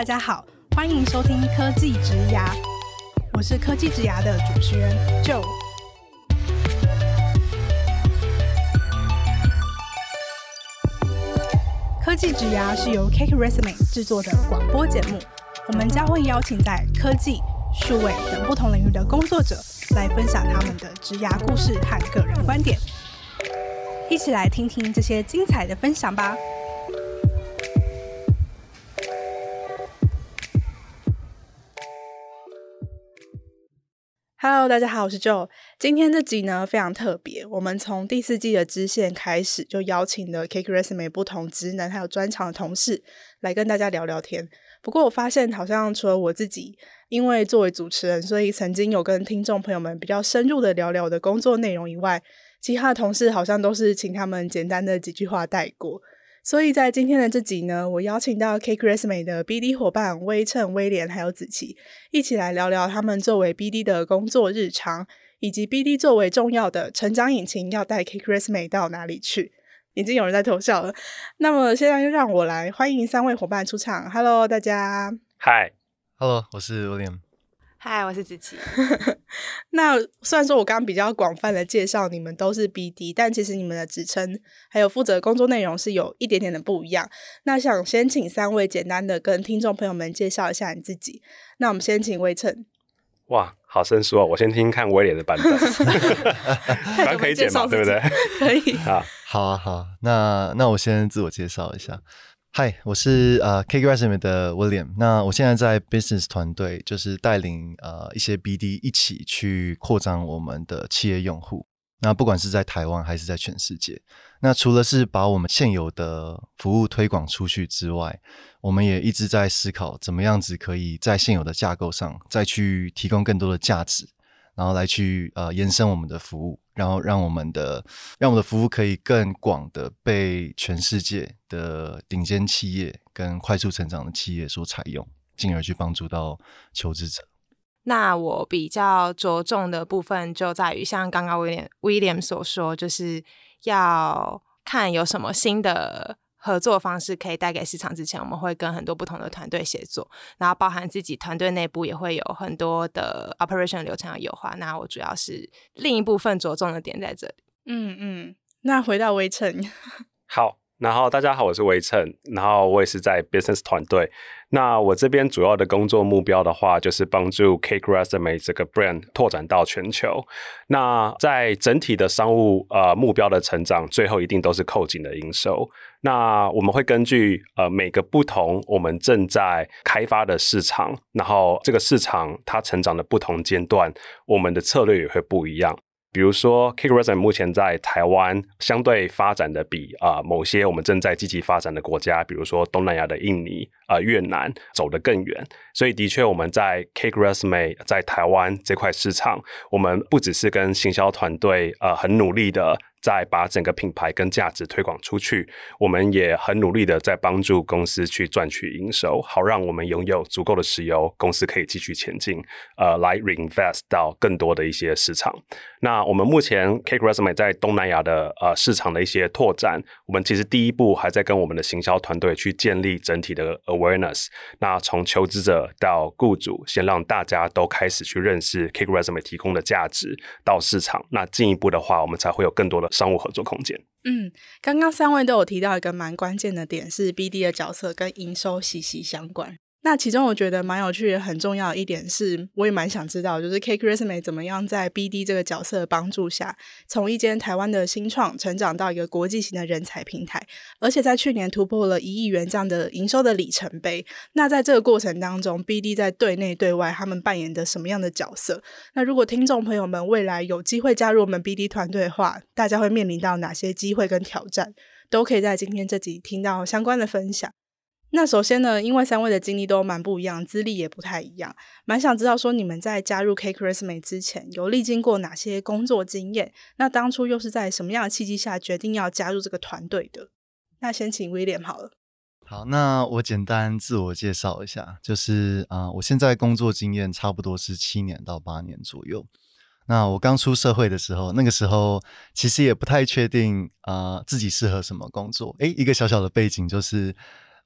大家好，欢迎收听科技职涯，我是科技职涯的主持人 Joe。科技职涯是由 Cake Resume 制作的广播节目，我们将会邀请在科技、数位等不同领域的工作者来分享他们的职涯故事和个人观点，一起来听听这些精彩的分享吧。Hello， 大家好，我是 Joe。今天这集呢非常特别，我们从第4季的支线开始，就邀请了 Cake Resume 不同职能还有专长的同事来跟大家聊聊天。不过我发现好像除了我自己，因为作为主持人，所以曾经有跟听众朋友们比较深入的聊聊我的工作内容以外，其他的同事好像都是请他们简单的几句话带过。所以在今天的这集呢，我邀请到 Cake Resume 的 BD 伙伴威称、威廉还有子琪，一起来聊聊他们作为 BD 的工作日常，以及 BD 作为重要的成长引擎要带 Cake Resume 到哪里去。已经有人在偷笑了。那么现在就让我来欢迎3位伙伴出场。 Hello 大家。 嗨 Hello， 我是 William。 嗨，我是子琪。 那虽然说我刚刚比较广泛的介绍你们都是 BD， 但其实你们的职称还有负责的工作内容是有一点点的不一样。那想先请3位简单的跟听众朋友们介绍一下你自己。那我们先请威称。 哇，好生疏哦，我先听看威廉的版本。反正可以剪嘛，对不对？ 可以。 好啊，那我先自我介绍一下。嗨，我是Cake Resume 的 William。那我现在在 Business 团队，就是带领一些 BD 一起去扩张我们的企业用户。那不管是在台湾还是在全世界，那除了是把我们现有的服务推广出去之外，我们也一直在思考怎么样子可以在现有的架构上再去提供更多的价值，然后来去延伸我们的服务，然后让我们的服务可以更广的被全世界的顶尖企业跟快速成长的企业所采用，进而去帮助到求职者。 那我比较着重的部分就在于像刚刚 William 所说，就是要看有什么新的合作方式可以带给市场。之前我们会跟很多不同的团队协作，然后包含自己团队内部也会有很多的 operation 流程要优化。那我主要是另一部分着重的点在这里。 那回到威称。 好，然后大家好，我是威称，然后我也是在 business 团队。那我这边主要的工作目标的话，就是帮助 Cake Resume 这个 brand 拓展到全球。那在整体的商务目标的成长，最后一定都是扣紧的营收。那我们会根据每个不同我们正在开发的市场，然后这个市场它成长的不同阶段，我们的策略也会不一样。比如说 Cake Resume 目前在台湾相对发展的比某些我们正在积极发展的国家，比如说东南亚的印尼、越南走得更远。所以的确我们在 Cake Resume 在台湾这块市场，我们不只是跟行销团队很努力的在把整个品牌跟价值推广出去，我们也很努力的在帮助公司去赚取营收，好让我们拥有足够的石油，公司可以继续前进，来 reinvest 到更多的一些市场。那我们目前 Cake Resume 在东南亚的市场的一些拓展，我们其实第一步还在跟我们的行销团队去建立整体的 awareness。那从求职者到雇主，先让大家都开始去认识 Cake Resume 提供的价值到市场。那进一步的话，我们才会有更多的商务合作空间。 刚刚3位都有提到一个蛮关键的点，是 BD 的角色跟营收息息相关。那其中我觉得蛮有趣的很重要的一点是，我也蛮想知道，就是 Cake Resume 怎么样在 BD 这个角色的帮助下，从一间台湾的新创成长到一个国际型的人才平台，而且在去年突破了1亿元这样的营收的里程碑。那在这个过程当中， BD 在对内对外他们扮演的什么样的角色？那如果听众朋友们未来有机会加入我们 BD 团队的话，大家会面临到哪些机会跟挑战，都可以在今天这集听到相关的分享。那首先呢，因为3位的经历都蛮不一样，资历也不太一样，蛮想知道说你们在加入 Cake Resume 之前有历经过哪些工作经验，那当初又是在什么样的契机下决定要加入这个团队的？那先请 William 好了。 好，那我简单自我介绍一下，就是我现在工作经验差不多是7年到8年左右。那我刚出社会的时候，那个时候其实也不太确定自己适合什么工作。一个小小的背景就是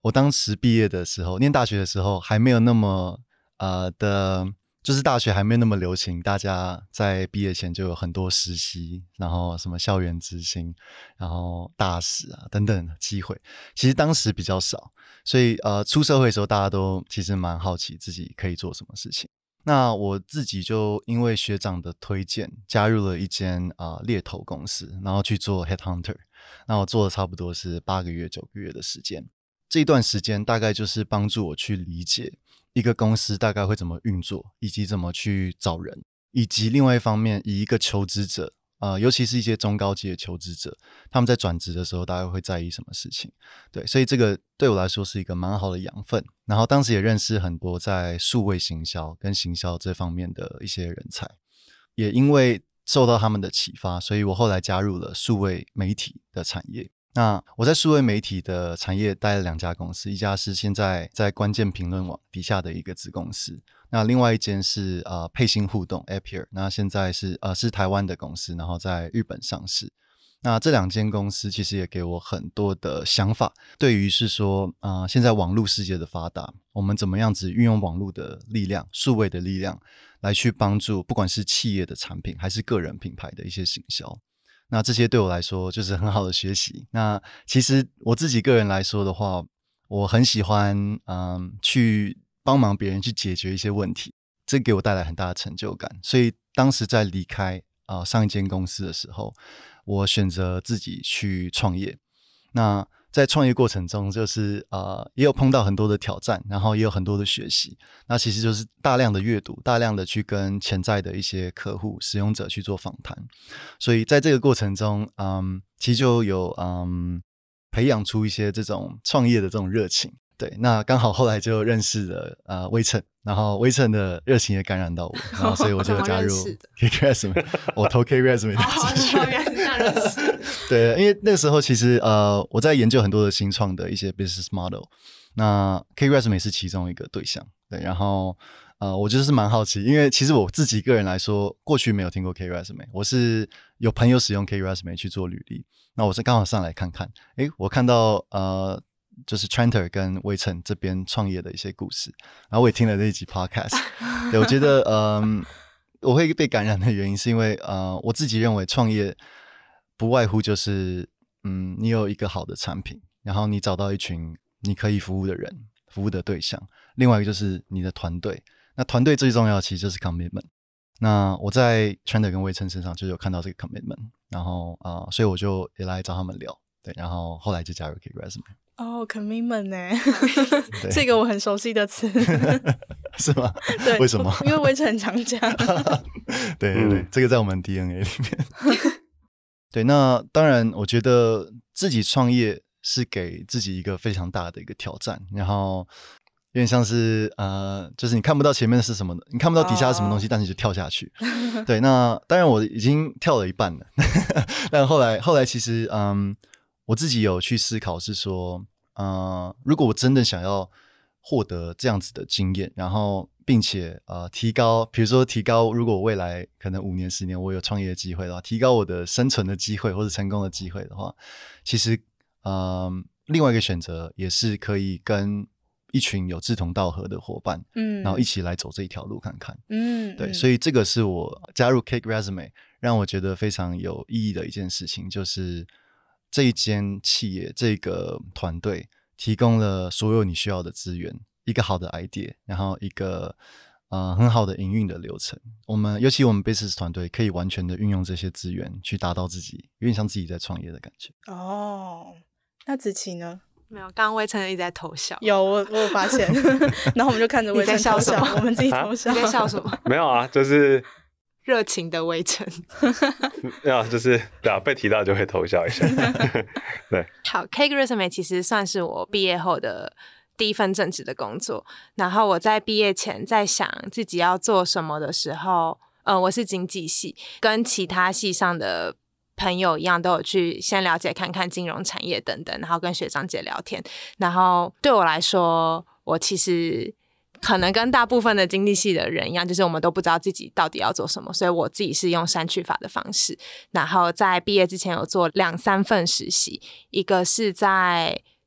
我当时毕业的时候，念大学的时候还没有那么就是大学还没有那么流行，大家在毕业前就有很多实习，然后什么校园执行，然后大使啊等等的机会，其实当时比较少，所以出社会的时候大家都其实蛮好奇自己可以做什么事情。那我自己就因为学长的推荐，加入了一间猎头公司，然后去做 headhunter。那我做了差不多是8个月、9个月的时间。这一段时间大概就是帮助我去理解一个公司大概会怎么运作，以及怎么去找人，以及另外一方面，以一个求职者尤其是一些中高级的求职者，他们在转职的时候大概会在意什么事情。对，所以这个对我来说是一个蛮好的养分。然后当时也认识很多在数位行销跟行销这方面的一些人才，也因为受到他们的启发，所以我后来加入了数位媒体的产业。那我在数位媒体的产业待了2家公司，一家是现在在关键评论网底下的一个子公司，那另外一间是配星互动 Appear， 那现在是台湾的公司，然后在日本上市。那这2间公司其实也给我很多的想法，对于是说现在网络世界的发达，我们怎么样子运用网络的力量、数位的力量来去帮助不管是企业的产品还是个人品牌的一些行销。那这些对我来说就是很好的学习。那其实我自己个人来说的话，我很喜欢去帮忙别人去解决一些问题，这给我带来很大的成就感。所以当时在离开上一间公司的时候，我选择自己去创业。那在创业过程中就是也有碰到很多的挑战，然后也有很多的学习。那其实就是大量的阅读，大量的去跟潜在的一些客户使用者去做访谈。所以在这个过程中其实就有培养出一些这种创业的这种热情。对，那刚好后来就认识了威晨，然后威晨的热情也感染到我，然后所以我就加入 KKResume， 我投 KKResume 的资讯。 原来是这样认识。 对，因为那个时候其实我在研究很多的新创的一些 business model， 那 KKResume 是其中一个对象。对，然后我就是蛮好奇，因为其实我自己个人来说，过去没有听过 KKResume， 我是有朋友使用 KKResume 去做履历，那我是刚好上来看看，我看到就是 Trenter 跟威晨这边创业的一些故事，然后我也听了这一集 podcast。 对，我觉得我会被感染的原因是因为我自己认为创业不外乎就是你有一个好的产品，然后你找到一群你可以服务的人，服务的对象，另外一个就是你的团队。那团队最重要的其实就是 commitment。那我在 Trender 跟威晨身上就有看到这个 commitment， 然后所以我就也来找他们聊。对，然后后来就加入 KKResume。 commitment 呢这个我很熟悉的词。 是吗？ 对， 为什么？ 因为威晨很常讲。 对对对，这个在我们 DNA 里面。对，那当然我觉得自己创业是给自己一个非常大的一个挑战，然后有点像是就是你看不到前面是什么，你看不到底下是什么东西，但是你就跳下去。对，那当然我已经跳了一半了。但后来其实我自己有去思考是说如果我真的想要获得这样子的经验，然后并且提高，比如说提高，如果我未来可能5年10年我有创业的机会的话，提高我的生存的机会或者成功的机会的话，其实另外一个选择也是可以跟一群有志同道合的伙伴然后一起来走这一条路看看。对，所以这个是我加入 KKResume 让我觉得非常有意义的一件事情，就是这一间企业这个团队提供了所有你需要的资源，一个好的 idea， 然后一个很好的营运的流程。尤其我们 business 团队可以完全的运用这些资源去达到自己有点像自己在创业的感觉。 那子琪呢？ 没有，刚刚威晨一直在偷笑。 有，我有发现。然后我们就看着威晨偷笑，我们自己偷笑。 你在笑什么？ 没有啊，就是热情的威晨。 就是对啊，被提到就会偷笑一下。对， 好 ，KKResume 其实算是我毕业后的第一份正职的工作。然后我在毕业前在想自己要做什么的时候，我是经济系，跟其他系上的朋友一样，都有去先了解看看金融产业等等，然后跟学长姐聊天。然后对我来说，我其实可能跟大部分的经济系的人一样，就是我们都不知道自己到底要做什么，所以我自己是用删去法的方式。然后在毕业之前有做2-3份实习，一个是在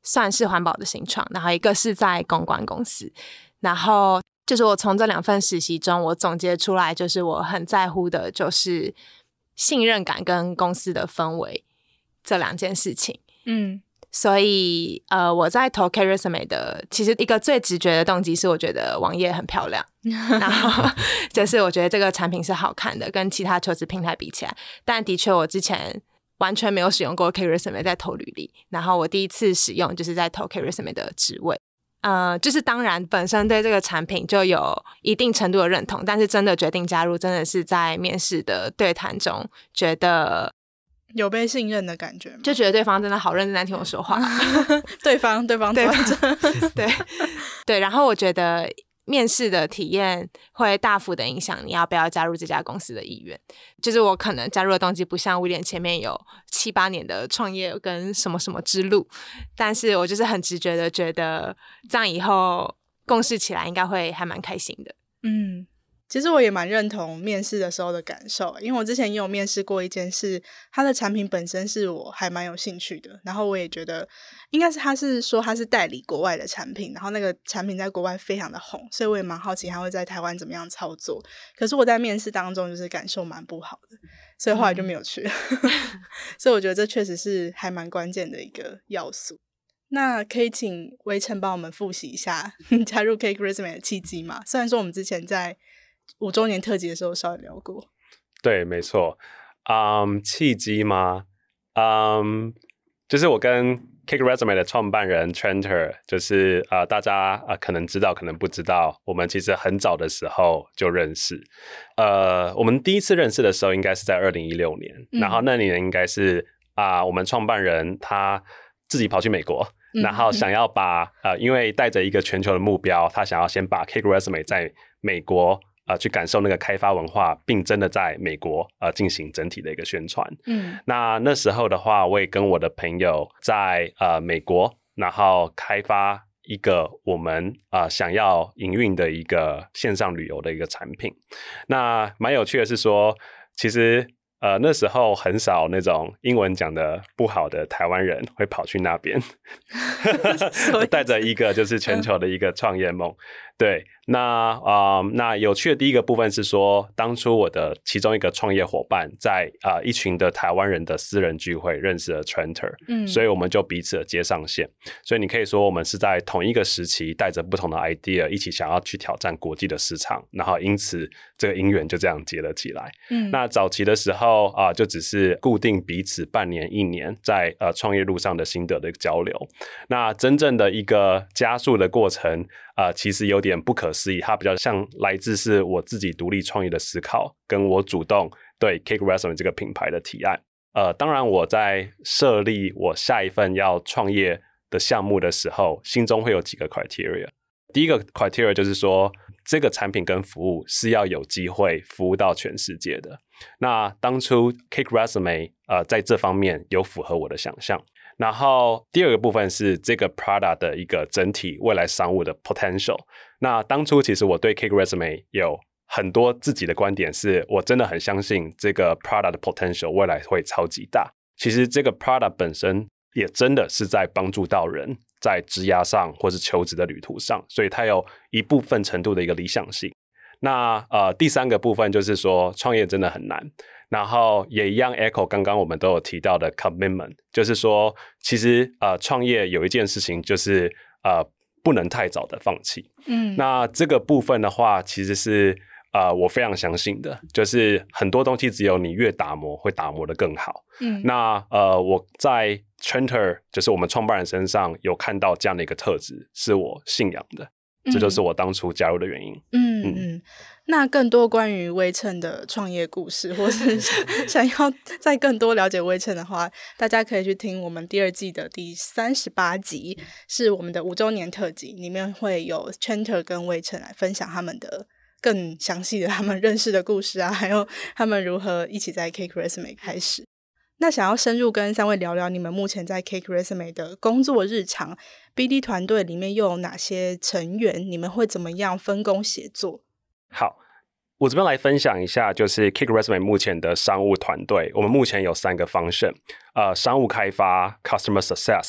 算是环保的新创，然后一个是在公关公司。然后就是我从这2份实习中，我总结出来就是我很在乎的就是信任感跟公司的氛围这2件事情。所以我在投 K-Resume 的其实一个最直觉的动机是我觉得网页很漂亮然后就是我觉得这个产品是好看的，跟其他求职平台比起来。但的确我之前完全没有使用过 K-Resume 在投履历，然后我第一次使用就是在投 K-Resume 的职位。就是当然本身对这个产品就有一定程度的认同，但是真的决定加入真的是在面试的对谈中觉得有被信任的感觉吗？ 就觉得对方真的好认真在听我说话对方对对，然后我觉得面试的体验会大幅的影响你要不要加入这家公司的意愿。就是我可能加入的动机不像威廉前面有7-8年的创业跟什么什么之路，但是我就是很直觉的觉得这样以后共事起来应该会还蛮开心的。 其实我也蛮认同面试的时候的感受，因为我之前也有面试过一件事，它的产品本身是我还蛮有兴趣的，然后我也觉得应该是他是说他是代理国外的产品，然后那个产品在国外非常的红，所以我也蛮好奇他会在台湾怎么样操作。可是我在面试当中就是感受蛮不好的，所以后来就没有去所以我觉得这确实是还蛮关键的一个要素。那可以请威晨帮我们复习一下加入 K-Resume 的契机吗？虽然说我们之前在5周年特辑的时候稍微聊过。 对，没错。契机吗？就是我跟 K-Resume 的创办人 Trenter， 就是大家可能知道可能不知道，我们其实很早的时候就认识。我们第一次认识的时候应该是在2016年，然后那年应该是我们创办人他自己跑去美国，然后想要把因为带着一个全球的目标，他想要先把 K-Resume 在美国去感受那个开发文化，并真的在美国进行整体的一个宣传。那时候的话，我也跟我的朋友在美国，然后开发一个我们想要营运的一个线上旅游的一个产品。那蛮有趣的是说，其实那时候很少那种英文讲的不好的台湾人会跑去那边带着一个就是全球的一个创业梦。对，那有趣的第一个部分是说，当初我的其中一个创业伙伴在一群的台湾人的私人聚会认识了 Trenter，所以我们就彼此的接上线。所以你可以说我们是在同一个时期带着不同的 idea 一起想要去挑战国际的市场，然后因此这个姻缘就这样结了起来。那早期的时候就只是固定彼此半年1年在创业路上的心得的交流。那真正的一个加速的过程其实有点不可思议，它比较像来自是我自己独立创业的思考，跟我主动对 K-Resume 这个品牌的提案。当然我在设立我下一份要创业的项目的时候，心中会有几个 criteria。第一个 criteria 就是说，这个产品跟服务是要有机会服务到全世界的。那当初 K-Resume 在这方面有符合我的想象。然后第二个部分是这个 product 的一个整体未来商务的 potential。那当初其实我对 K-Resume 有很多自己的观点，是我真的很相信这个 product 的 potential 未来会超级大。其实这个 product 本身也真的是在帮助到人在职涯上或是求职的旅途上，所以它有一部分程度的一个理想性。那第三个部分就是说，创业真的很难。然后也一样 echo 刚刚我们都有提到的 commitment， 就是说其实创业有一件事情就是不能太早的放弃。那这个部分的话其实是我非常相信的，就是很多东西只有你越打磨会打磨得更好。那我在 Trenter 就是我们创办人身上有看到这样的一个特质，是我信仰的。这就是我当初加入的原因。 那更多关于威晨的创业故事，或是想要再更多了解威晨的话，大家可以去听我们第2季的第38集，是我们的5周年特辑，里面会有 Trenter 跟威晨来分享他们的更详细的他们认识的故事还有他们如何一起在 K-Resume 开始。那想要深入跟3位聊聊你们目前在 K-Resume 的工作日常， BD 团队里面又有哪些成员，你们会怎么样分工协作？ 好，我这边来分享一下，就是 K-Resume 目前的商务团队，我们目前有3个 function， 商务开发 Customer Success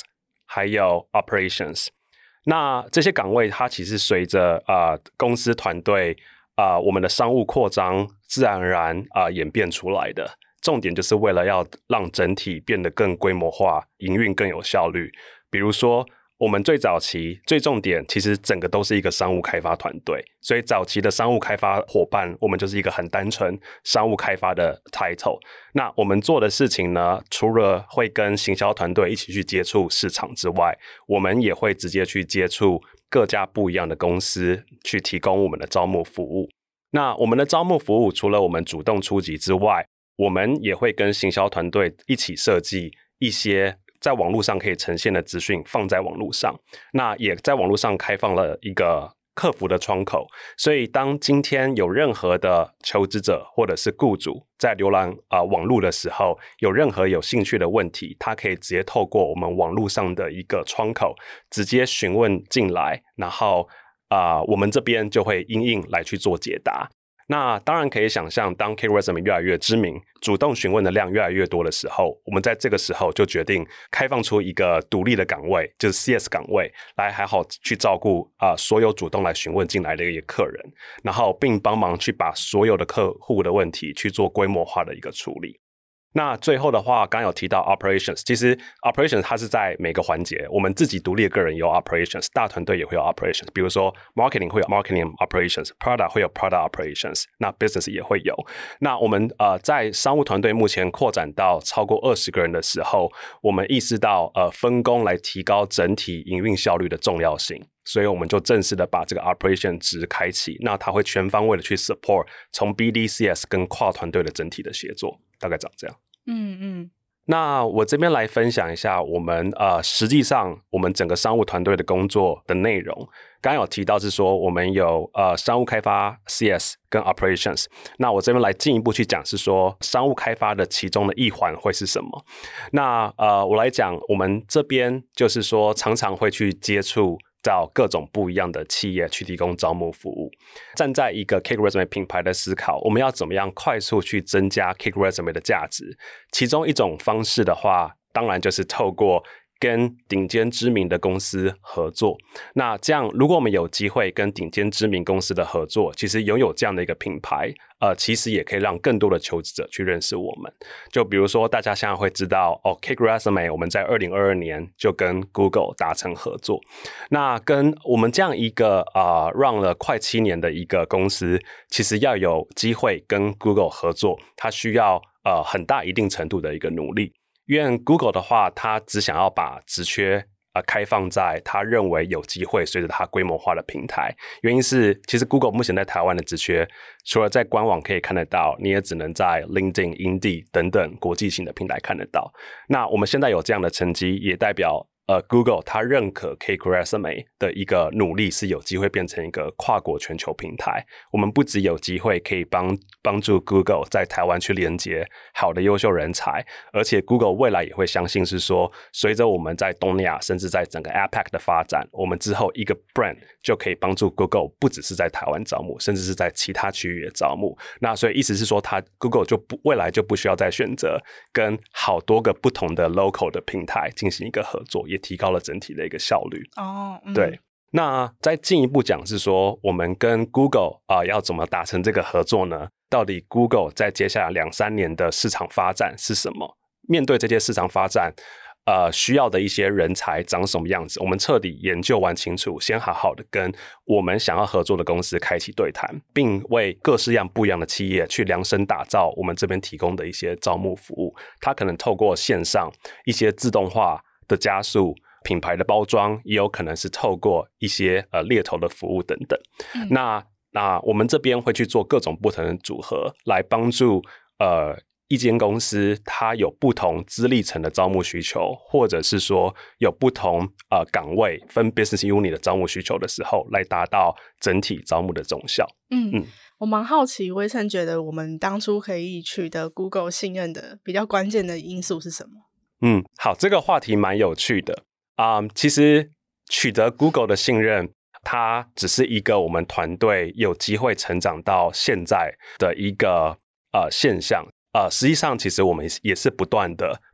还有 operations。那这些岗位它其实随着公司团队我们的商务扩张自然而然演变出来的。重点就是为了要让整体变得更规模化，营运更有效率。比如说我们最早期最重点其实整个都是一个商务开发团队，所以早期的商务开发伙伴我们就是一个很单纯商务开发的 title。 那我们做的事情呢，除了会跟行销团队一起去接触市场之外，我们也会直接去接触各家不一样的公司，去提供我们的招募服务。那我们的招募服务除了我们主动出击之外，我们也会跟行销团队一起设计一些在网络上可以呈现的资讯放在网络上，那也在网络上开放了一个客服的窗口，所以当今天有任何的求职者或者是雇主在浏览网络的时候，有任何有兴趣的问题，他可以直接透过我们网络上的一个窗口直接询问进来，然后我们这边就会因应来去做解答。那当然可以想象，当 CakeResume 越来越知名，主动询问的量越来越多的时候，我们在这个时候就决定开放出一个独立的岗位，就是 CS 岗位，来还好去照顾所有主动来询问进来的一个客人，然后并帮忙去把所有的客户的问题去做规模化的一个处理。那最后的话，刚刚有提到 operations， 其实 operations 它是在每个环节，我们自己独立的个人有 operations， 大团队也会有 operations， 比如说 marketing 会有 marketing operations， product 会有 product operations， 那 business 也会有。那我们在商务团队目前扩展到超过20个人的时候，我们意识到分工来提高整体营运效率的重要性，所以我们就正式的把这个 operation 值开启，那它会全方位的去 support 从 BDCS 跟跨团队的整体的协作，大概长这样。那我这边来分享一下我们实际上我们整个商务团队的工作的内容。刚刚有提到是说我们有商务开发 CS 跟 operations， 那我这边来进一步去讲是说商务开发的其中的一环会是什么。那我来讲我们这边就是说常常会去接触到各种不一样的企业去提供招募服务。站在一个 CakeResume 品牌的思考，我们要怎么样快速去增加 CakeResume 的价值，其中一种方式的话，当然就是透过跟顶尖知名的公司合作。那这样如果我们有机会跟顶尖知名公司的合作，其实拥有这样的一个品牌其实也可以让更多的求职者去认识我们。就比如说大家现在会知道CakeResume 我们在2022年就跟 Google 达成合作。那跟我们这样一个run 了快7年的一个公司，其实要有机会跟 Google 合作，它需要很大一定程度的一个努力。因为 Google 的话，它只想要把职缺开放在他认为有机会随着它规模化的平台。原因是其实 Google 目前在台湾的职缺，除了在官网可以看得到，你也只能在 LinkedIn、Indeed 等等国际性的平台看得到。那我们现在有这样的成绩，也代表Google 它认可 CakeResume 的一个努力是有机会变成一个跨国全球平台。我们不只有机会可以帮助 Google 在台湾去连接好的优秀人才，而且 Google 未来也会相信是说，随着我们在东南亚甚至在整个 APAC 的发展，我们之后一个 brand 就可以帮助 Google 不只是在台湾招募，甚至是在其他区域也招募。那所以意思是说Google 未来就不需要再选择跟好多个不同的 local 的平台进行一个合作，也提高了整体的一个效率。对。那再进一步讲是说，我们跟 Google 要怎么达成这个合作呢？到底 Google 在接下来2-3年的市场发展是什么？面对这些市场发展需要的一些人才长什么样子，我们彻底研究完清楚，先好好的跟我们想要合作的公司开启对谈，并为各式样不一样的企业去量身打造我们这边提供的一些招募服务。它可能透过线上一些自动化的加速，品牌的包装，也有可能是透过一些猎头的服务等等。那我们这边会去做各种不同的组合，来帮助一间公司它有不同资历层的招募需求，或者是说有不同岗位分 business unit 的招募需求的时候，来达到整体招募的总效。 我蛮好奇，威成觉得我们当初可以取得 Google 信任的比较关键的因素是什么？ 好，这个话题蛮有趣的。其实取得 Google 的信任，它只是一个我们团队有机会成长到现在的一个现象。实际上其实我们也是不断的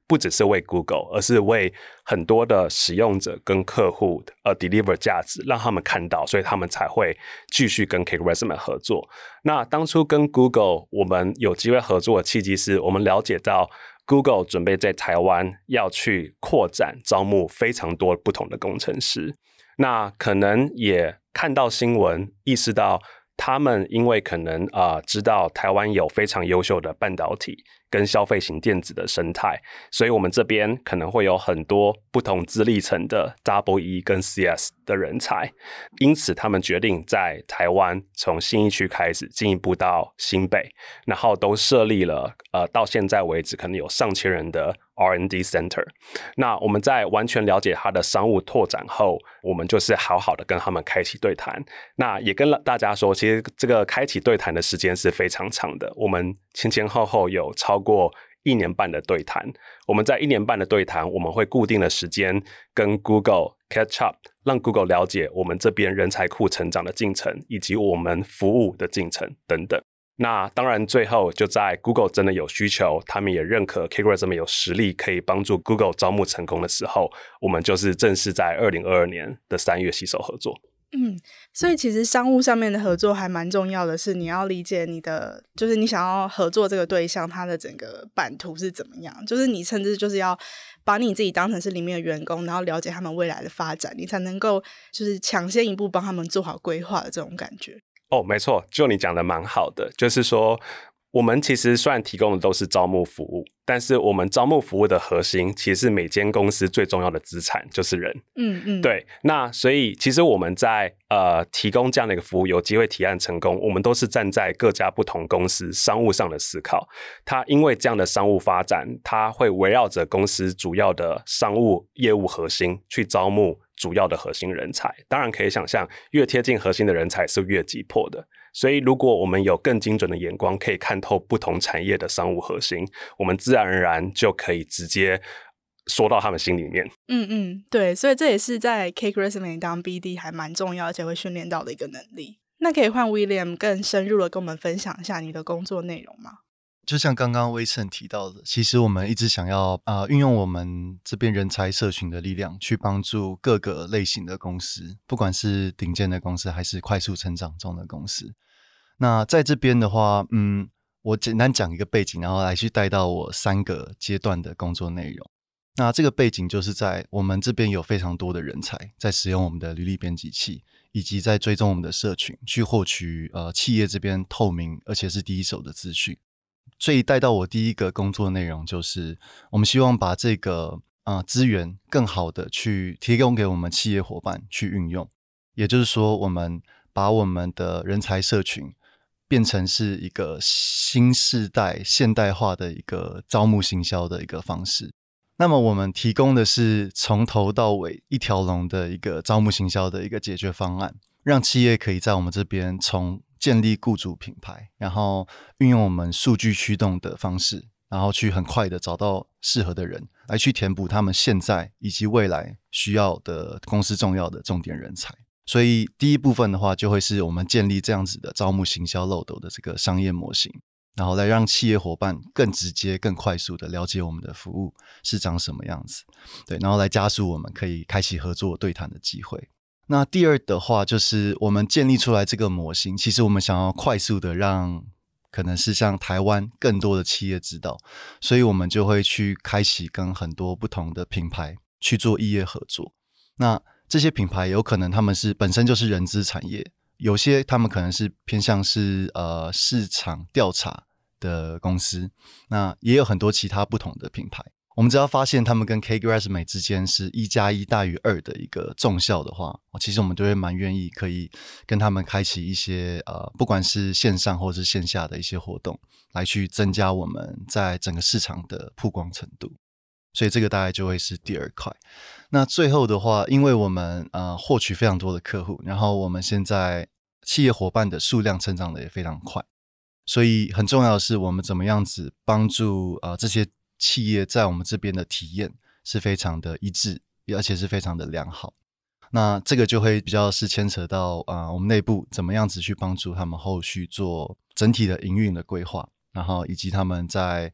不只是为 Google， 而是为很多的使用者跟客户deliver 价值，让他们看到，所以他们才会继续跟 Cake Resume 合作。那当初跟 Google 我们有机会合作的契机是，我们了解到 Google 准备在台湾要去扩展招募非常多不同的工程师，那可能也看到新闻，意识到他们因为可能知道台湾有非常优秀的半导体跟消费型电子的生态，所以我们这边可能会有很多不同资历层的 EE 跟 CS 的人才，因此他们决定在台湾从信义区开始进一步到新北，然后都设立了到现在为止可能有上千人的 R&D Center。 那我们在完全了解他的商务拓展后，我们就是好好的跟他们开启对谈。那也跟大家说，其实这个开启对谈的时间是非常长的，我们前后有超过1年半的对谈。我们在1年半的对谈，我们会固定的时间跟 Google catch up， 让 Google 了解我们这边人才库成长的进程，以及我们服务的进程等等。那当然最后就在 Google 真的有需求，他们也认可 Cake Resume 有实力可以帮助 Google 招募成功的时候，我们就是正式在2022年的3月携手合作。 所以其实商务上面的合作还蛮重要的，是你要理解你的，就是你想要合作这个对象他的整个版图是怎么样，就是你甚至就是要把你自己当成是里面的员工，然后了解他们未来的发展，你才能够就是抢先一步帮他们做好规划的这种感觉。 没错，就你讲的蛮好的，就是说我们其实虽然提供的都是招募服务，但是我们招募服务的核心其实是每间公司最重要的资产就是人。对，那所以其实我们在提供这样的一个服务有机会提案成功，我们都是站在各家不同公司商务上的思考，它因为这样的商务发展，它会围绕着公司主要的商务业务核心去招募主要的核心人才。当然可以想象，越贴近核心的人才是越急迫的，所以如果我们有更精准的眼光，可以看透不同产业的商务核心，我们自然而然就可以直接说到他们心里面。 对，所以这也是在 Cake Resume 当 BD 还蛮重要而且会训练到的一个能力。那可以换 William 更深入的跟我们分享一下你的工作内容吗？ 就像刚刚威盛提到的，其实我们一直想要运用我们这边人才社群的力量，去帮助各个类型的公司，不管是顶尖的公司还是快速成长中的公司。那在这边的话，我简单讲一个背景，然后来去带到我3个阶段的工作内容。那这个背景就是在我们这边有非常多的人才在使用我们的履历编辑器，以及在追踪我们的社群，去获取企业这边透明而且是第一手的资讯。所以带到我第一个工作内容就是我们希望把这个资源更好的去提供给我们企业伙伴去运用，也就是说我们把我们的人才社群变成是一个新世代现代化的一个招募行销的一个方式。那么我们提供的是从头到尾一条龙的一个招募行销的一个解决方案，让企业可以在我们这边从建立雇主品牌，然后运用我们数据驱动的方式，然后去很快的找到适合的人来去填补他们现在以及未来需要的公司重要的重点人才。所以第一部分的话就会是我们建立这样子的招募行销漏斗的这个商业模型，然后来让企业伙伴更直接更快速的了解我们的服务是长什么样子，对，然后来加速我们可以开启合作对谈的机会。那第二的话就是我们建立出来这个模型，其实我们想要快速的让可能是像台湾更多的企业知道，所以我们就会去开启跟很多不同的品牌去做异业合作。那这些品牌有可能他们是本身就是人资产业，有些他们可能是偏向是市场调查的公司，那也有很多其他不同的品牌。我们只要发现他们跟 Cake Resume 之间是1+1=2的一个重效的话，其实我们就会蛮愿意可以跟他们开启一些不管是线上或是线下的一些活动，来去增加我们在整个市场的曝光程度。所以这个大概就会是第二块。那最后的话，因为我们获取非常多的客户，然后我们现在企业伙伴的数量成长的也非常快，所以很重要的是我们怎么样子帮助这些企业在我们这边的体验是非常的一致，而且是非常的良好。那这个就会比较是牵扯到我们内部怎么样子去帮助他们后续做整体的营运的规划，然后以及他们在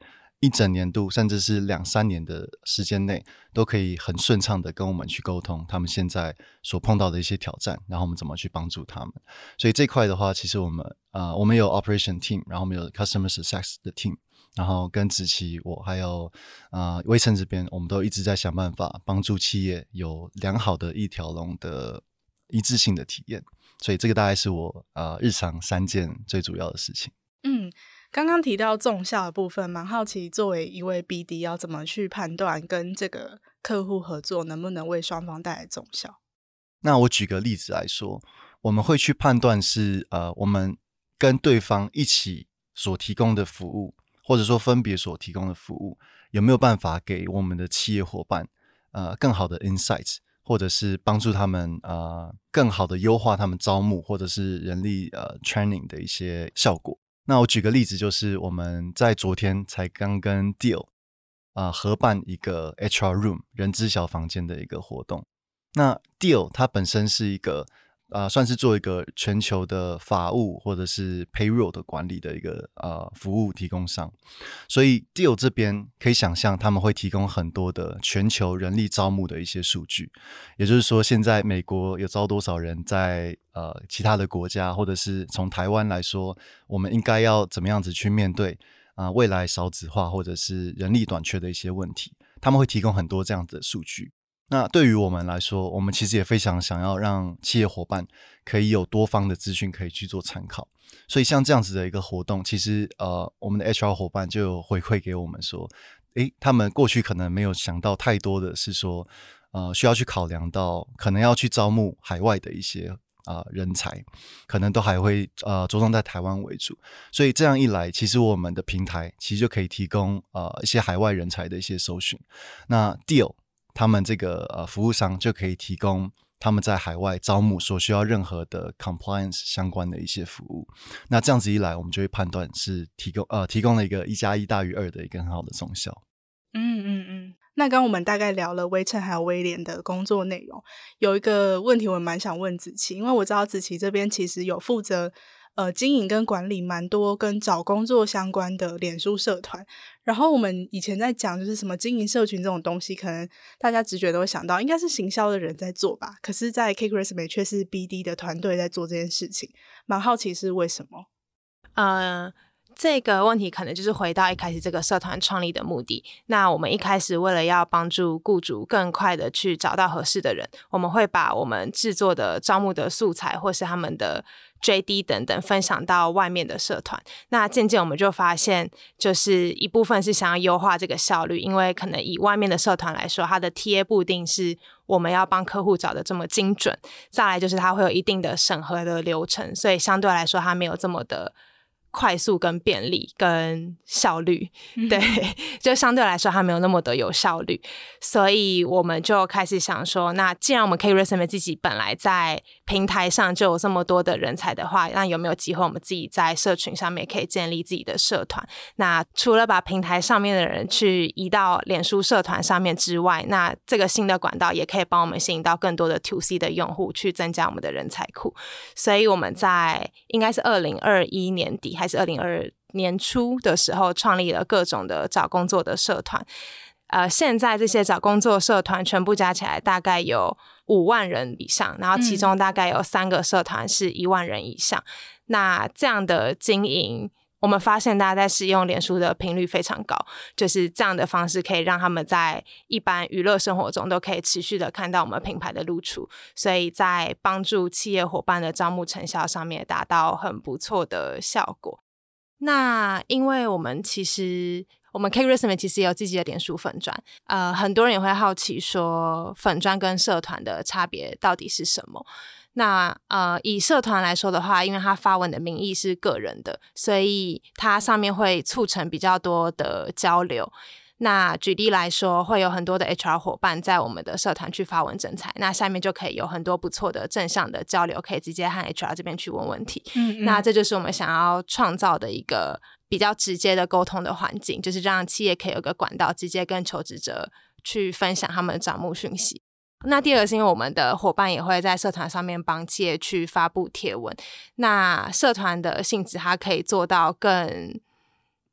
一整年度甚至是2-3年的时间内都可以很顺畅的跟我们去沟通他们现在所碰到的一些挑战，然后我们怎么去帮助他们。所以这块的话，其实我们有 operation team， 然后我们有 customer success 的 team， 然后跟子琪我还有威盛这边，我们都一直在想办法帮助企业有良好的一条龙的一致性的体验。所以这个大概是我日常3件最主要的事情。 刚刚提到纵效的部分，蛮好奇作为一位 BD 要怎么去判断跟这个客户合作能不能为双方带来纵效。 那我举个例子来说，我们会去判断是我们跟对方一起所提供的服务，或者说分别所提供的服务，有没有办法给我们的企业伙伴更好的 insights， 或者是帮助他们更好的优化他们招募或者是人力training 的一些效果。那我举个例子，就是我们在昨天才刚跟 Deal 合办一个 HR Room 人资小房间的一个活动。那 Deal 它本身是一个算是做一个全球的法务或者是 payroll 的管理的一个服务提供商，所以 Deal 这边可以想象他们会提供很多的全球人力招募的一些数据，也就是说现在美国有招多少人，在其他的国家，或者是从台湾来说，我们应该要怎么样子去面对未来少子化或者是人力短缺的一些问题，他们会提供很多这样子的数据。那对于我们来说，我们其实也非常想要让企业伙伴可以有多方的资讯可以去做参考，所以像这样子的一个活动，其实我们的 HR 伙伴就有回馈给我们说，他们过去可能没有想到太多的是说需要去考量到可能要去招募海外的一些人才，可能都还会着重在台湾为主，所以这样一来，其实我们的平台其实就可以提供一些海外人才的一些搜寻。那 Deal 他们这个服务商就可以提供他们在海外招募所需要任何的 compliance 相关的一些服务。那这样子一来，我们就会判断是提供了一个1+1大于2的一个很好的综效。 那刚刚我们大概聊了威盛还有威廉的工作内容，有一个问题我蛮想问子琪，因为我知道子琪这边其实有负责经营跟管理蛮多跟找工作相关的脸书社团，然后我们以前在讲就是什么经营社群这种东西，可能大家直觉都会想到应该是行销的人在做吧，可是在 Cake Resume 却是 BD 的团队在做这件事情，蛮好奇是为什么。 这个问题可能就是回到一开始这个社团创立的目的。那我们一开始为了要帮助雇主更快的去找到合适的人，我们会把我们制作的招募的素材或是他们的 JD 等等分享到外面的社团。那渐渐我们就发现，就是一部分是想要优化这个效率，因为可能以外面的社团来说，它的 TA 不一定是我们要帮客户找的这么精准，再来就是它会有一定的审核的流程，所以相对来说它没有这么的快速跟便利跟效率，对，就相对来说它没有那么的有效率，所以我们就开始想说，那既然我们 Cake Resume 自己本来在平台上就有这么多的人才的话，那有没有机会我们自己在社群上面可以建立自己的社团？那除了把平台上面的人去移到脸书社团上面之外，那这个新的管道也可以帮我们吸引到更多的 2C 的用户，去增加我们的人才库。所以我们在应该是2021年底还是2022年初的时候创立了各种的找工作的社团，现在这些找工作社团全部加起来大概有5万人以上，然后其中大概有3个社团是1万人以上。那这样的经营，我们发现大家在使用脸书的频率非常高，就是这样的方式可以让他们在一般娱乐生活中都可以持续的看到我们品牌的露出，所以在帮助企业伙伴的招募成效上面达到很不错的效果。那因为我们Cake Resume 其实也有自己的脸书粉专，很多人也会好奇说粉专跟社团的差别到底是什么。那以社团来说的话，因为它发文的名义是个人的，所以它上面会促成比较多的交流。那举例来说，会有很多的 HR 伙伴在我们的社团去发文征才，那下面就可以有很多不错的正向的交流，可以直接和 HR 这边去问问题。那这就是我们想要创造的一个比较直接的沟通的环境，就是让企业可以有个管道直接跟求职者去分享他们的招募讯息。那第二个是因为我们的伙伴也会在社团上面帮企业去发布贴文，那社团的性质它可以做到更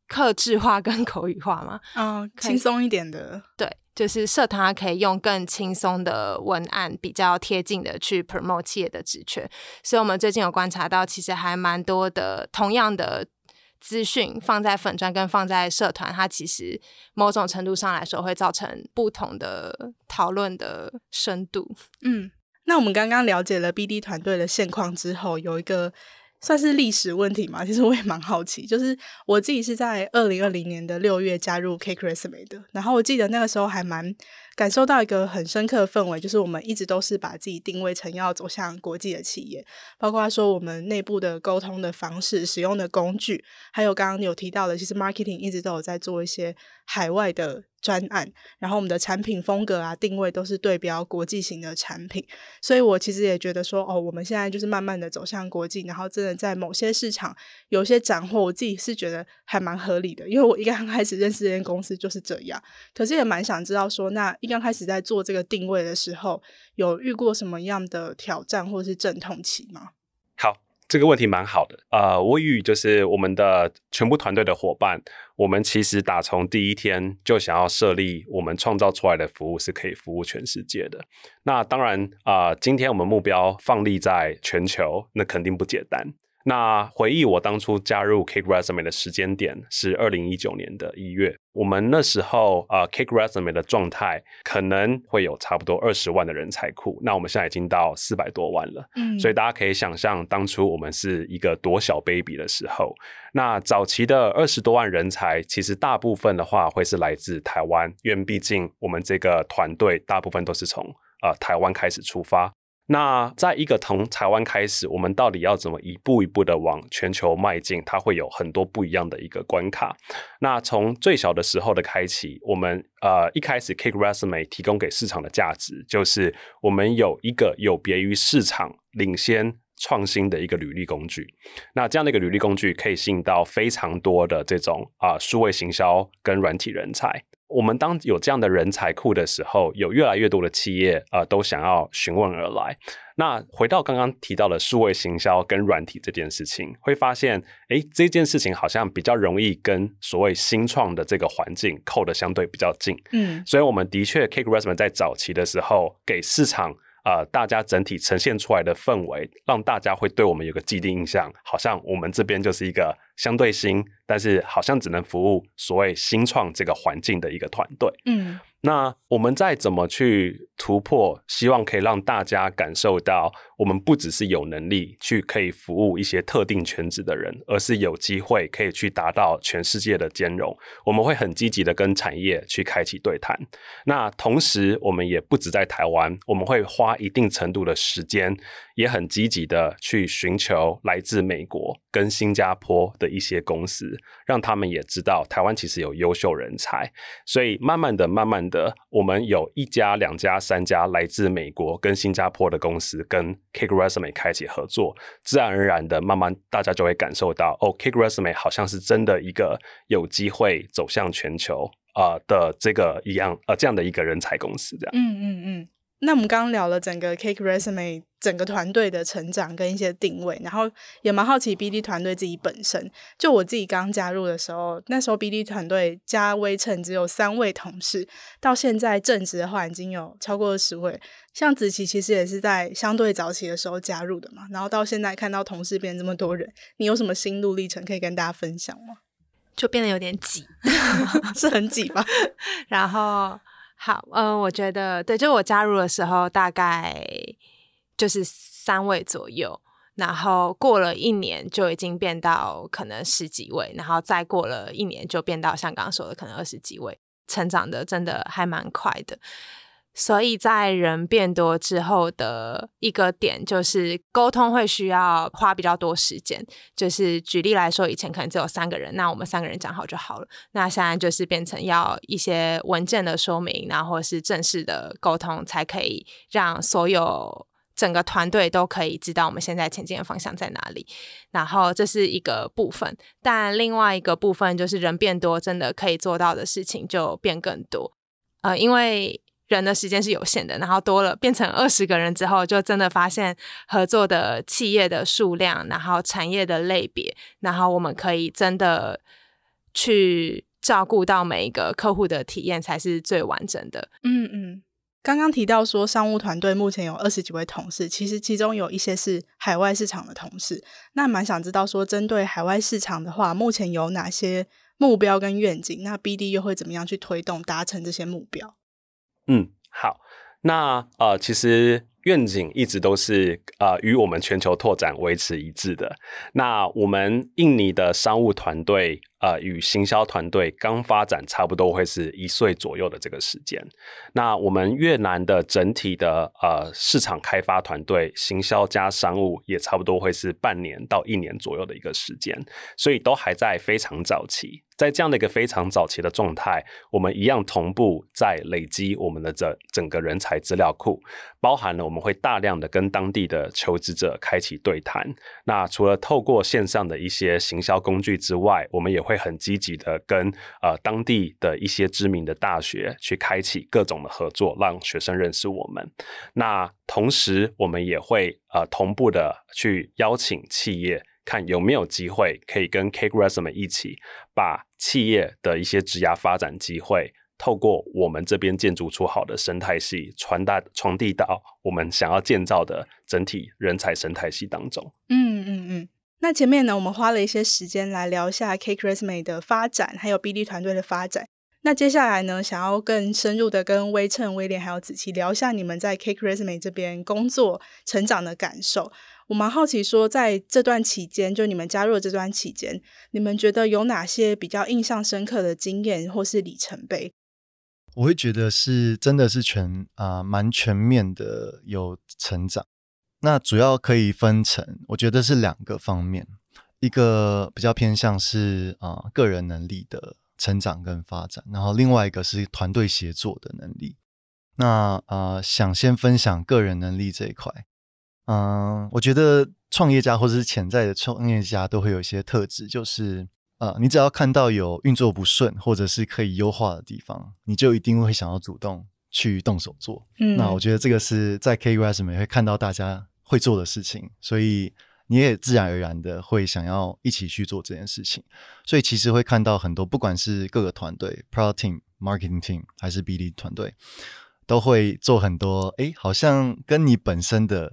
客制化跟口语化吗？ 轻松一点的。 对，就是社团它可以用更轻松的文案，比较贴近的去 promote 企业的职缺。所以我们最近有观察到，其实还蛮多的同样的资讯放在粉专跟放在社团，它其实某种程度上来说会造成不同的讨论的深度。 那我们刚刚了解了 BD 团队的现况之后，有一个算是历史问题嘛，其实我也蛮好奇，就是我自己是在2020年的6月加入 Cake Resume 的，然后我记得那个时候还蛮感受到一个很深刻的氛围，就是我们一直都是把自己定位成要走向国际的企业，包括说我们内部的沟通的方式、使用的工具，还有刚刚有提到的，其实 marketing 一直都有在做一些海外的专案，然后我们的产品风格啊定位都是对标国际型的产品，所以我其实也觉得说我们现在就是慢慢的走向国际，然后真的在某些市场有些斩获，我自己是觉得还蛮合理的，因为我一刚开始认识这间公司就是这样。可是也蛮想知道说，那一刚开始在做这个定位的时候，有遇过什么样的挑战或是阵痛期吗？ 好，这个问题蛮好的。我与就是我们的全部团队的伙伴，我们其实打从第一天就想要设立我们创造出来的服务是可以服务全世界的。那当然今天我们目标放立在全球，那肯定不简单。那回忆我当初加入 Cake Resume 的时间点是2019年的1月，我们那时候Cake Resume 的状态可能会有差不多20万的人才库，那我们现在已经到400多万了，所以大家可以想象当初我们是一个多小 baby 的时候。那早期的20多万人才，其实大部分的话会是来自台湾，因为毕竟我们这个团队大部分都是从台湾开始出发。那在一个从台湾开始，我们到底要怎么一步一步的往全球迈进，它会有很多不一样的一个关卡。那从最小的时候的开启，我们一开始 Cake Resume 提供给市场的价值，就是我们有一个有别于市场领先创新的一个履历工具。那这样的一个履历工具可以吸引到非常多的这种数位行销跟软体人才。我们当有这样的人才库的时候，有越来越多的企业都想要询问而来。那回到刚刚提到的数位行销跟软体这件事情，会发现这件事情好像比较容易跟所谓新创的这个环境扣得相对比较近。所以我们的确 Cake Resume 在早期的时候给市场大家整体呈现出来的氛围，让大家会对我们有个既定印象，好像我们这边就是一个相对新，但是好像只能服务所谓新创这个环境的一个团队。那我们再怎么去突破，希望可以让大家感受到我们不只是有能力去可以服务一些特定圈子的人，而是有机会可以去达到全世界的兼容。我们会很积极的跟产业去开启对谈。那同时我们也不只在台湾，我们会花一定程度的时间，也很积极的去寻求来自美国跟新加坡的一些公司，让他们也知道台湾其实有优秀人才。所以慢慢的我们有1家、2家、3家来自美国跟新加坡的公司跟 Cake Resume 开启合作，自然而然的慢慢大家就会感受到Cake Resume 好像是真的一个有机会走向全球的这个这样的一个人才公司这样。 那我们刚刚聊了整个 Cake Resume 整个团队的成长跟一些定位，然后也蛮好奇 BD 团队自己本身。就我自己刚加入的时候，那时候 BD 团队加微称只有3位同事，到现在正职的话已经有超过20位。像子琪其实也是在相对早期的时候加入的嘛，然后到现在看到同事变这么多人，你有什么心路历程可以跟大家分享吗？ 就变得有点挤是很挤吧？ 然后好，我觉得对，就我加入的时候大概就是3位左右，然后过了1年就已经变到可能10几位，然后再过了1年就变到像刚刚说的可能20几位，成长的真的还蛮快的。所以在人变多之后的一个点就是沟通会需要花比较多时间，就是举例来说，以前可能只有3个人，那我们3个人讲好就好了，那现在就是变成要一些文件的说明，然后或是正式的沟通，才可以让所有整个团队都可以知道我们现在前进的方向在哪里。然后这是一个部分，但另外一个部分就是人变多，真的可以做到的事情就变更多。因为人的时间是有限的，然后多了变成20个人之后，就真的发现合作的企业的数量，然后产业的类别，然后我们可以真的去照顾到每一个客户的体验才是最完整的。 刚刚提到说商务团队目前有20几位同事，其实其中有一些是海外市场的同事，那蛮想知道说针对海外市场的话，目前有哪些目标跟愿景，那 BD 又会怎么样去推动达成这些目标？ 好，那其实愿景一直都是与我们全球拓展维持一致的。那我们印尼的商务团队与行销团队刚发展差不多会是1岁左右的这个时间。那我们越南的整体的市场开发团队，行销加商务也差不多会是半年到1年左右的一个时间，所以都还在非常早期。在这样的一个非常早期的状态，我们一样同步在累积我们的整个人才资料库，包含了我们会大量的跟当地的求职者开启对谈。那除了透过线上的一些行销工具之外，我们也会很积极的跟当地的一些知名的大学去开启各种的合作，让学生认识我们。那同时我们也会同步的去邀请企业，看有没有机会可以跟 Cake Resume 一起把企业的一些职涯发展机会透过我们这边建筑出好的生态系传递到我们想要建造的整体人才生态系当中。 那前面呢，我们花了一些时间来聊一下 Cake Resume 的发展，还有 BD 团队的发展。那接下来呢，想要更深入的跟威称、威廉还有子琪聊一下你们在 Cake Resume 这边工作成长的感受。我蛮好奇说，在这段期间，就你们加入的这段期间，你们觉得有哪些比较印象深刻的经验或是里程碑？ 我会觉得是真的是蛮全面的有成长。那主要可以分成我觉得是2个方面，一个比较偏向是个人能力的成长跟发展，然后另外一个是团队协作的能力。那想先分享个人能力这一块。我觉得创业家或者是潜在的创业家都会有一些特质，就是你只要看到有运作不顺或者是可以优化的地方，你就一定会想要主动去动手做。那我觉得这个是在 Cake Resume 会看到大家会做的事情，所以你也自然而然的会想要一起去做这件事情。所以其实会看到很多，不管是各个团队 Product Team、Marketing Team 还是 BD 团队，都会做很多好像跟你本身的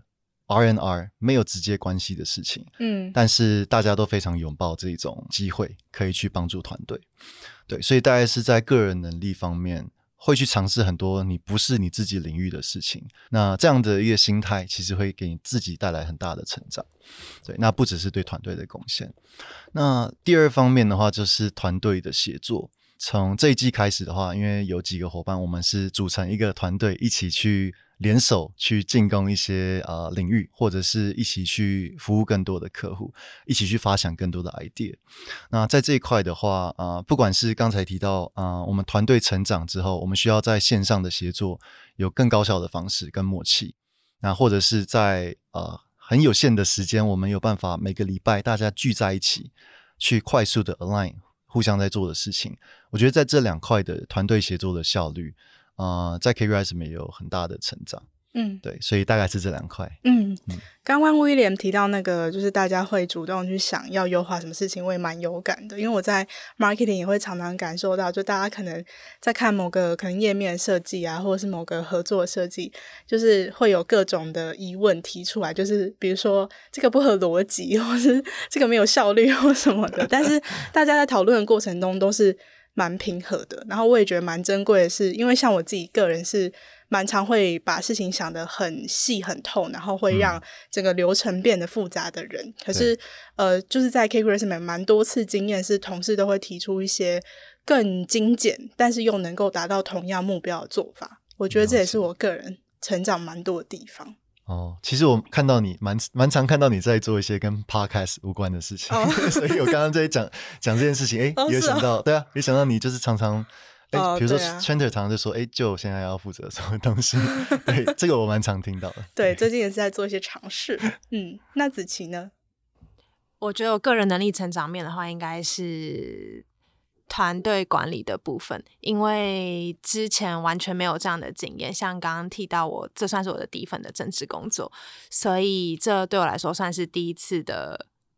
R&R 没有直接关系的事情，但是大家都非常拥抱这种机会，可以去帮助团队。对，所以大概是在个人能力方面会去尝试很多你不是你自己领域的事情，那这样的一个心态其实会给你自己带来很大的成长。对，那不只是对团队的贡献。那第二方面的话就是团队的协作。从这一季开始的话，因为有几个伙伴我们是组成一个团队，一起去联手去进攻一些领域，或者是一起去服务更多的客户，一起去发想更多的 idea。 那在这一块的话不管是刚才提到我们团队成长之后，我们需要在线上的协作有更高效的方式跟默契，那或者是在很有限的时间，我们有办法每个礼拜大家聚在一起去快速的 align互相在做的事情。我觉得在这2块的团队协作的效率在 Cake Resume 也有很大的成长。对，所以大概是这2块。 刚刚 William 提到那个就是大家会主动去想要优化什么事情，我也蛮有感的，因为我在 marketing 也会常常感受到，就大家可能在看某个可能页面设计啊，或者是某个合作设计，就是会有各种的疑问提出来，就是比如说这个不合逻辑，或是这个没有效率或什么的，但是大家在讨论的过程中都是蛮平和的。然后我也觉得蛮珍贵的是，因为像我自己个人是蛮常会把事情想得很细很透，然后会让整个流程变得复杂的人。可是就是在 Cake Resume 蛮多次经验是同事都会提出一些更精简但是又能够达到同样目标的做法。我觉得这也是我个人成长蛮多的地方。 其实我看到你蛮常看到你在做一些跟 podcast 无关的事情所以我刚刚在讲这件事情也想到对啊，也想到你就是常常比如说 Chandler 常常就说就现在要负责什么东西对，这个我蛮常听到的。 对，最近也是在做一些尝试。那子琪呢？ 我觉得我个人能力成长面的话，应该是团队管理的部分，因为之前完全没有这样的经验，像刚刚提到这算是我的第一份的正职工作，所以这对我来说算是第一次的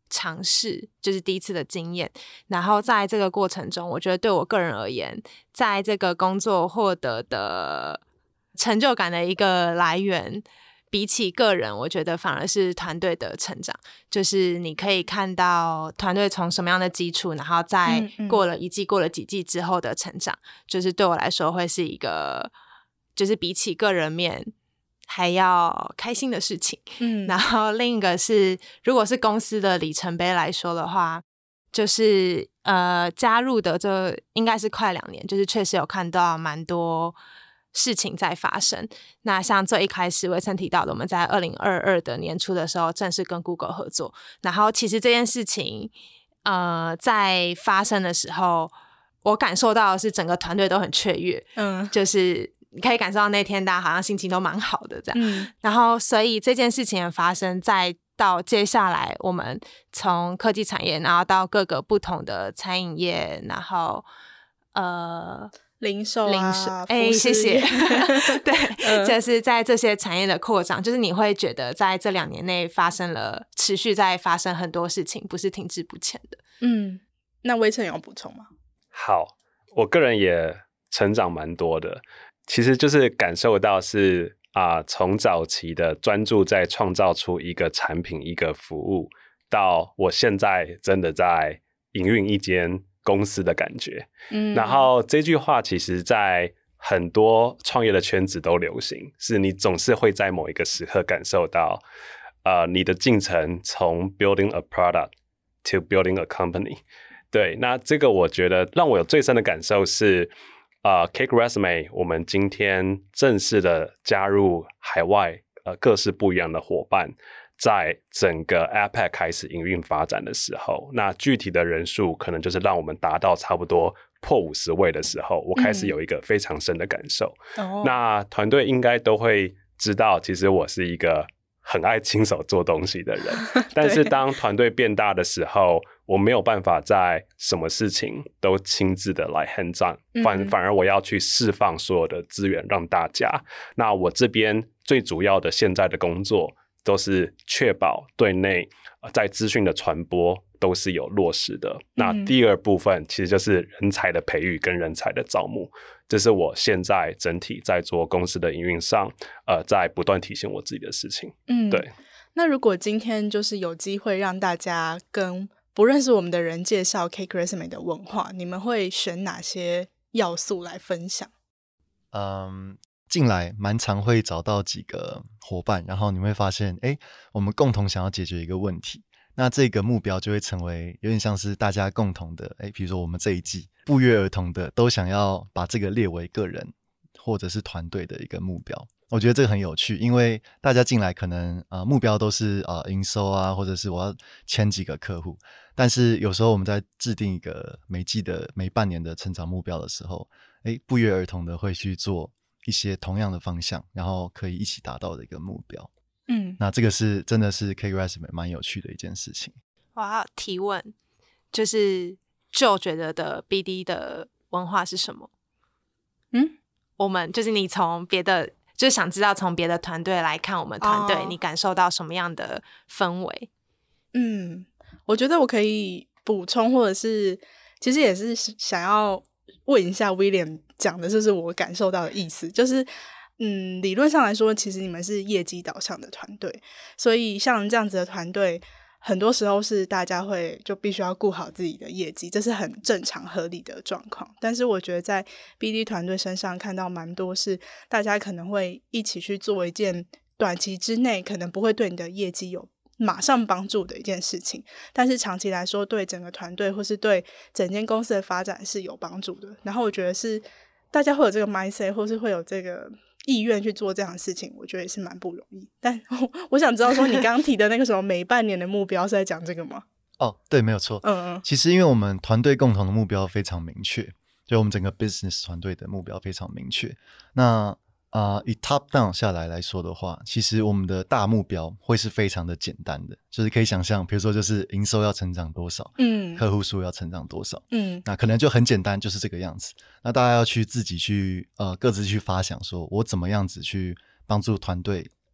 尝试，就是第一次的经验。然后在这个过程中，我觉得对我个人而言，在这个工作获得的成就感的一个来源，比起个人，我觉得反而是团队的成长。就是你可以看到团队从什么样的基础，然后在过了一季、过了几季之后的成长，就是对我来说会是一个，就是比起个人面还要开心的事情。然后另一个是，如果是公司的里程碑来说的话，就是加入的这应该是快2年，就是确实有看到蛮多事情在发生。那像最一开始魏晨提到的，我们在2022的年初的时候正式跟 Google 合作，然后其实这件事情在发生的时候，我感受到的是整个团队都很雀跃，就是你可以感受到那天大家好像心情都蛮好的这样，然后所以这件事情的发生，再到接下来我们从科技产业，然后到各个不同的餐饮业，然后零售谢谢对，就是在这些产业的扩张，就是你会觉得在这2年内持续在发生很多事情，不是停滞不前的。 那威晨有补充吗？ 好，我个人也成长蛮多的，其实就是感受到是从早期的专注在创造出一个产品一个服务，到我现在真的在营运一间公司的感觉。然后这句话其实在很多创业的圈子都流行，是你总是会在某一个时刻感受到你的进程从 building a product to building a company。 对，那这个我觉得让我有最深的感受是Cake Resume 我们今天正式的加入海外各式不一样的伙伴，在整个 APAC 开始营运发展的时候，那具体的人数可能就是让我们达到差不多破50位的时候，我开始有一个非常深的感受。那团队应该都会知道，其实我是一个很爱亲手做东西的人但是当团队变大的时候，我没有办法在什么事情都亲自的来 hands on， 反而我要去释放所有的资源让大家。那我这边最主要的现在的工作都是确保对内在资讯的传播都是有落实的。那第二部分其实就是人才的培育跟人才的招募，这是我现在整体在做公司的营运上在不断提醒我自己的事情。对。 那如果今天就是有机会让大家跟不认识我们的人介绍 Cake Resume 的文化，你们会选哪些要素来分享？ 进来蛮常会找到几个伙伴，然后你会发现我们共同想要解决一个问题，那这个目标就会成为有点像是大家共同的比如说我们这一季不约而同的都想要把这个列为个人或者是团队的一个目标。我觉得这个很有趣，因为大家进来可能目标都是营收啊，或者是我要签几个客户，但是有时候我们在制定一个每季的每半年的成长目标的时候，不约而同的会去做一些同样的方向，然后可以一起达到的一个目标。那这个是真的是 Cake Resume 蛮有趣的一件事情。 我要提问，就是就觉得的 BD 的文化是什么？我们就是你从别的，就是想知道从别的团队来看我们团队，你感受到什么样的氛围？ 我觉得我可以补充，或者是其实也是想要问一下 William 讲的就是我感受到的意思，就是理论上来说其实你们是业绩导向的团队，所以像这样子的团队很多时候是大家会就必须要顾好自己的业绩，这是很正常合理的状况。但是我觉得在 BD 团队身上看到蛮多是大家可能会一起去做一件短期之内可能不会对你的业绩有马上帮助的一件事情，但是长期来说对整个团队或是对整间公司的发展是有帮助的。然后我觉得是大家会有这个 mindset 或是会有这个意愿去做这样的事情，我觉得也是蛮不容易。但我想知道说你刚刚提的那个什么每半年的目标是在讲这个吗？ 对，没有错。其实因为我们团队共同的目标非常明确，就我们整个 business 团队的目标非常明确。那以 top down 下来说的话，其实我们的大目标会是非常的简单的，就是可以想象比如说就是营收要成长多少，客户数要成长多少，那可能就很简单，就是这个样子。那大家要去自己去各自去发想说我怎么样子去帮助团队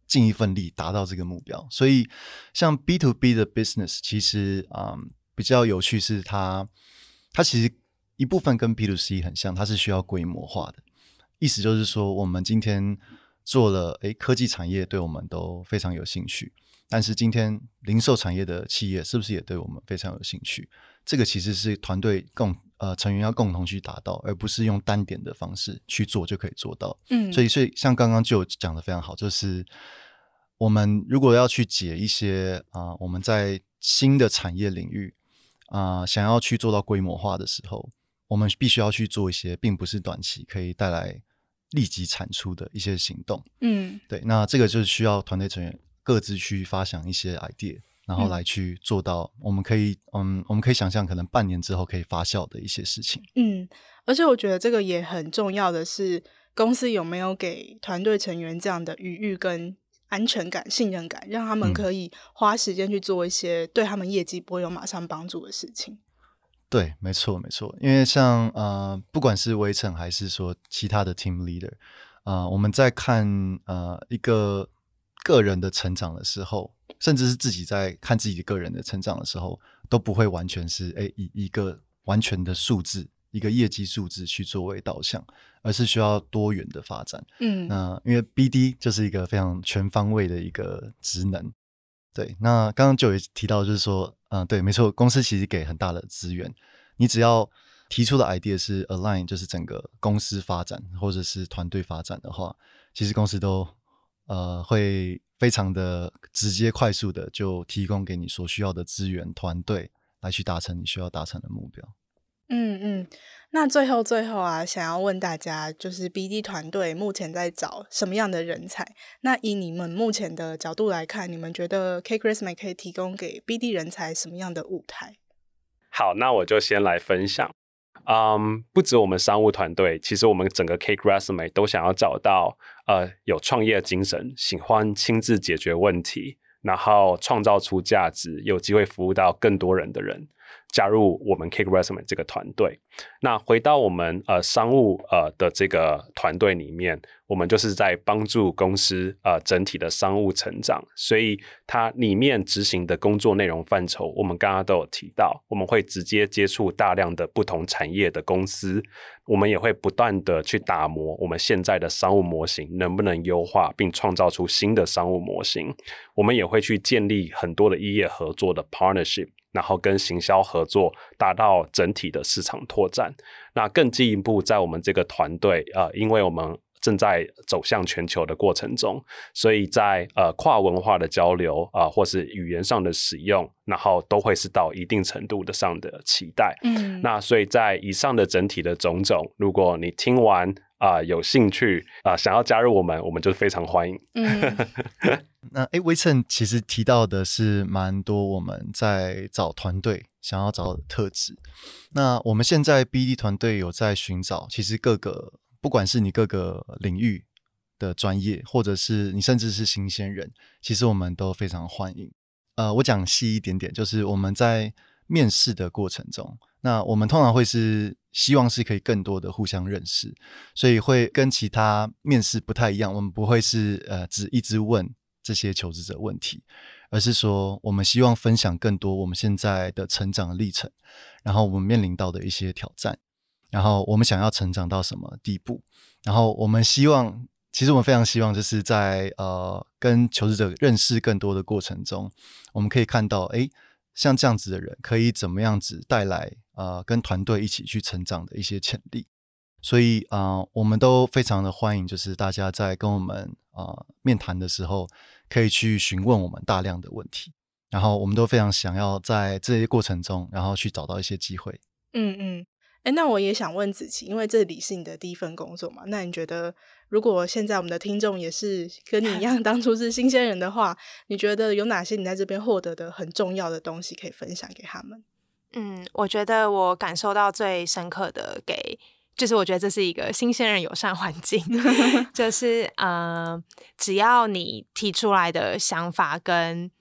尽一份力达到这个目标。所以像 B2B 的 business 其实比较有趣是它其实一部分跟 B2C 很像，它是需要规模化的。意思就是说我们今天做了科技产业对我们都非常有兴趣，但是今天零售产业的企业是不是也对我们非常有兴趣？这个其实是团队成员要共同去达到，而不是用单点的方式去做就可以做到。所以像刚刚就讲的非常好，就是我们如果要去解一些我们在新的产业领域想要去做到规模化的时候，我们必须要去做一些并不是短期可以带来立即产出的一些行动。对，那这个就是需要团队成员各自去发想一些 idea， 然后来去做到我们可以想象可能半年之后可以发酵的一些事情。 而且我觉得这个也很重要的是，公司有没有给团队成员这样的余裕跟安全感、信任感，让他们可以花时间去做一些对他们业绩不会有马上帮助的事情。 对，没错没错。因为像不管是微城还是说其他的 team leader，我们在看一个个人的成长的时候，甚至是自己在看自己个人的成长的时候，都不会完全是以一个完全的数字，一个业绩数字去作为导向，而是需要多元的发展。那因为 BD 就是一个非常全方位的一个职能。对，那刚刚就有提到就是说对，没错，公司其实给很大的资源，你只要提出的 idea 是 align 就是整个公司发展或者是团队发展的话，其实公司都会非常的直接快速的就提供给你所需要的资源团队来去达成你需要达成的目标。 那最后想要问大家，就是 BD 团队目前在找什么样的人才？那以你们目前的角度来看，你们觉得 Cake Resume 可以提供给 BD 人才什么样的舞台？ 好，那我就先来分享。不止我们商务团队，其实我们整个 Cake Resume 都想要找到有创业精神，喜欢亲自解决问题，然后创造出价值，有机会服务到更多人的人，加入我们 Cake Resume 这个团队。那回到我们商务的这个团队里面，我们就是在帮助公司整体的商务成长，所以它里面执行的工作内容范畴，我们刚刚都有提到，我们会直接接触大量的不同产业的公司，我们也会不断的去打磨我们现在的商务模型能不能优化，并创造出新的商务模型。我们也会去建立很多的异业合作的 partnership， 然后跟行销合作，达到整体的市场拓展。那更进一步，在我们这个团队因为我们正在走向全球的过程中，所以在跨文化的交流或是语言上的使用，然后都会是到一定程度的上的期待。那所以在以上的整体的种种，如果你听完有兴趣想要加入我们就非常欢迎。 那微称其实提到的是蛮多我们在找团队想要找的特质。那我们现在 BD 团队有在寻找，其实不管是你各个领域的专业，或者是你甚至是新鲜人，其实我们都非常欢迎。我讲细一点点，就是我们在面试的过程中，那我们通常会是希望是可以更多的互相认识，所以会跟其他面试不太一样，我们不会是只一直问这些求职者问题，而是说我们希望分享更多我们现在的成长的历程，然后我们面临到的一些挑战，然后我们想要成长到什么地步，然后我们其实我们非常希望就是在跟求职者认识更多的过程中，我们可以看到像这样子的人可以怎么样子带来跟团队一起去成长的一些潜力。所以我们都非常的欢迎，就是大家在跟我们面谈的时候可以去询问我们大量的问题，然后我们都非常想要在这些过程中然后去找到一些机会。 那我也想问子琪，因为这里是你的第一份工作嘛，那你觉得如果现在我们的听众也是跟你一样当初是新鲜人的话，你觉得有哪些你在这边获得的很重要的东西可以分享给他们？ 我觉得我感受到最深刻的就是我觉得这是一个新鲜人友善环境就是只要你提出来的想法跟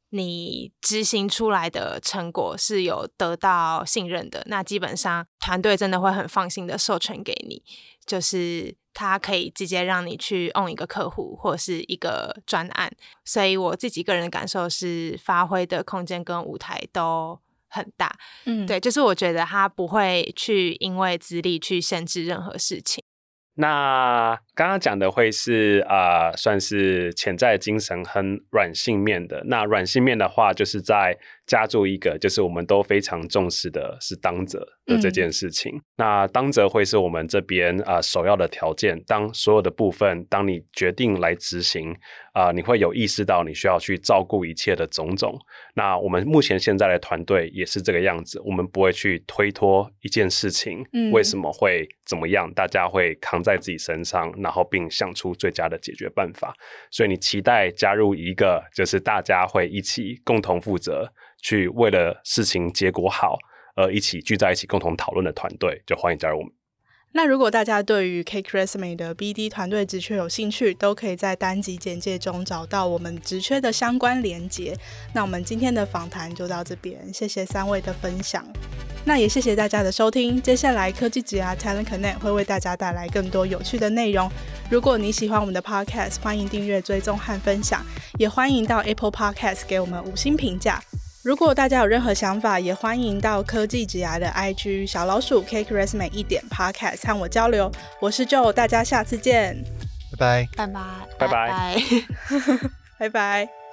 你执行出来的成果是有得到信任的，那基本上团队真的会很放心的授权给你，就是它可以直接让你去 own 一个客户或者是一个专案。所以我自己个人的感受是发挥的空间跟舞台都很大。对，就是我觉得它不会去因为资历去限制任何事情。 那刚刚讲的会是算是潜在精神和软性面的。那软性面的话，就是在加注一个，就是我们都非常重视的是当责的这件事情。那当责会是我们这边首要的条件。当所有的部分，当你决定来执行，你会有意识到你需要去照顾一切的种种。那我们目前现在的团队也是这个样子，我们不会去推脱一件事情为什么会怎么样，大家会扛在自己身上，然后并想出最佳的解决办法。所以你期待加入一个就是大家会一起共同负责，去为了事情结果好而一起聚在一起共同讨论的团队，就欢迎加入我们。 那如果大家对于 Cake Resume 的 BD 团队职缺有兴趣，都可以在单集简介中找到我们职缺的相关连结。那我们今天的访谈就到这边，谢谢3位的分享，那也谢谢大家的收听。接下来科技职涯 Talent Connect 会为大家带来更多有趣的内容。如果你喜欢我们的 Podcast， 欢迎订阅、追踪和分享，也欢迎到 Apple Podcast 给我们5星评价。如果大家有任何想法，也欢迎到科技职涯的 IG 小老鼠 Cake Resume 1.podcast 和我交流。我是 Joe， 大家下次见， 拜拜， 拜拜， 拜拜， 拜拜。